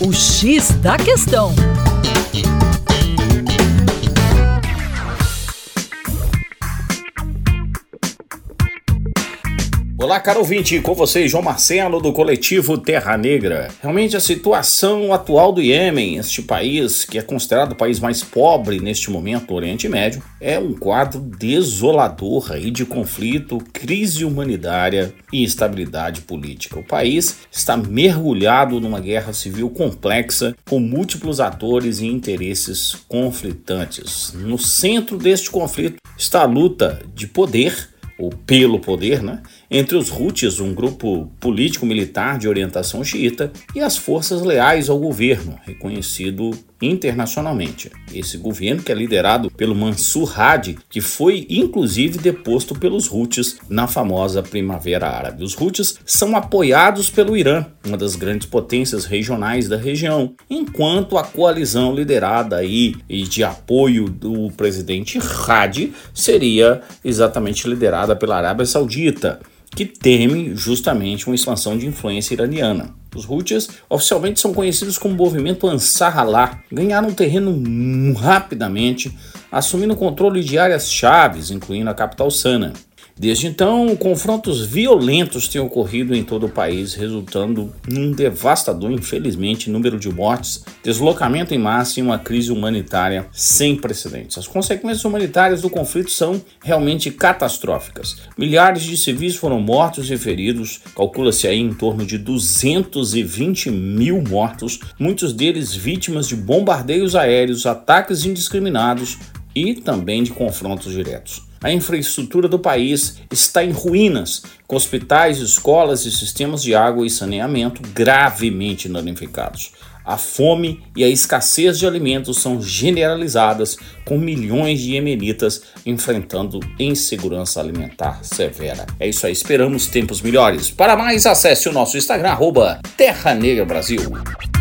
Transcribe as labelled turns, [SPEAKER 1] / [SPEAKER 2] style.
[SPEAKER 1] O X da Questão.
[SPEAKER 2] Olá, caro ouvinte, com vocês, João Marcelo, do coletivo Terra Negra. Realmente a situação atual do Iêmen, este país que é considerado o país mais pobre neste momento do Oriente Médio, é um quadro desolador aí de conflito, crise humanitária e instabilidade política. O país está mergulhado numa guerra civil complexa, com múltiplos atores e interesses conflitantes. No centro deste conflito está a luta de poder, ou pelo poder, entre os Houthis, um grupo político-militar de orientação xiita, e as forças leais ao governo, reconhecido internacionalmente. Esse governo que é liderado pelo Mansur Hadi, que foi inclusive deposto pelos Houthis na famosa Primavera Árabe. Os Houthis são apoiados pelo Irã, uma das grandes potências regionais da região, enquanto a coalizão liderada aí e de apoio do presidente Hadi seria exatamente liderada pela Arábia Saudita, que teme justamente uma expansão de influência iraniana. Os Houthis oficialmente são conhecidos como movimento Ansar Allah, ganharam terreno rapidamente, assumindo o controle de áreas chaves, incluindo a capital Sanaa. Desde então, confrontos violentos têm ocorrido em todo o país, resultando num devastador, infelizmente, número de mortes, deslocamento em massa e uma crise humanitária sem precedentes. As consequências humanitárias do conflito são realmente catastróficas. Milhares de civis foram mortos e feridos, calcula-se aí em torno de 220 mil mortos, muitos deles vítimas de bombardeios aéreos, ataques indiscriminados e também de confrontos diretos. A infraestrutura do país está em ruínas, com hospitais, escolas e sistemas de água e saneamento gravemente danificados. A fome e a escassez de alimentos são generalizadas, com milhões de iemenitas enfrentando insegurança alimentar severa. É isso aí, esperamos tempos melhores. Para mais, acesse o nosso Instagram, @Terra Negra Brasil.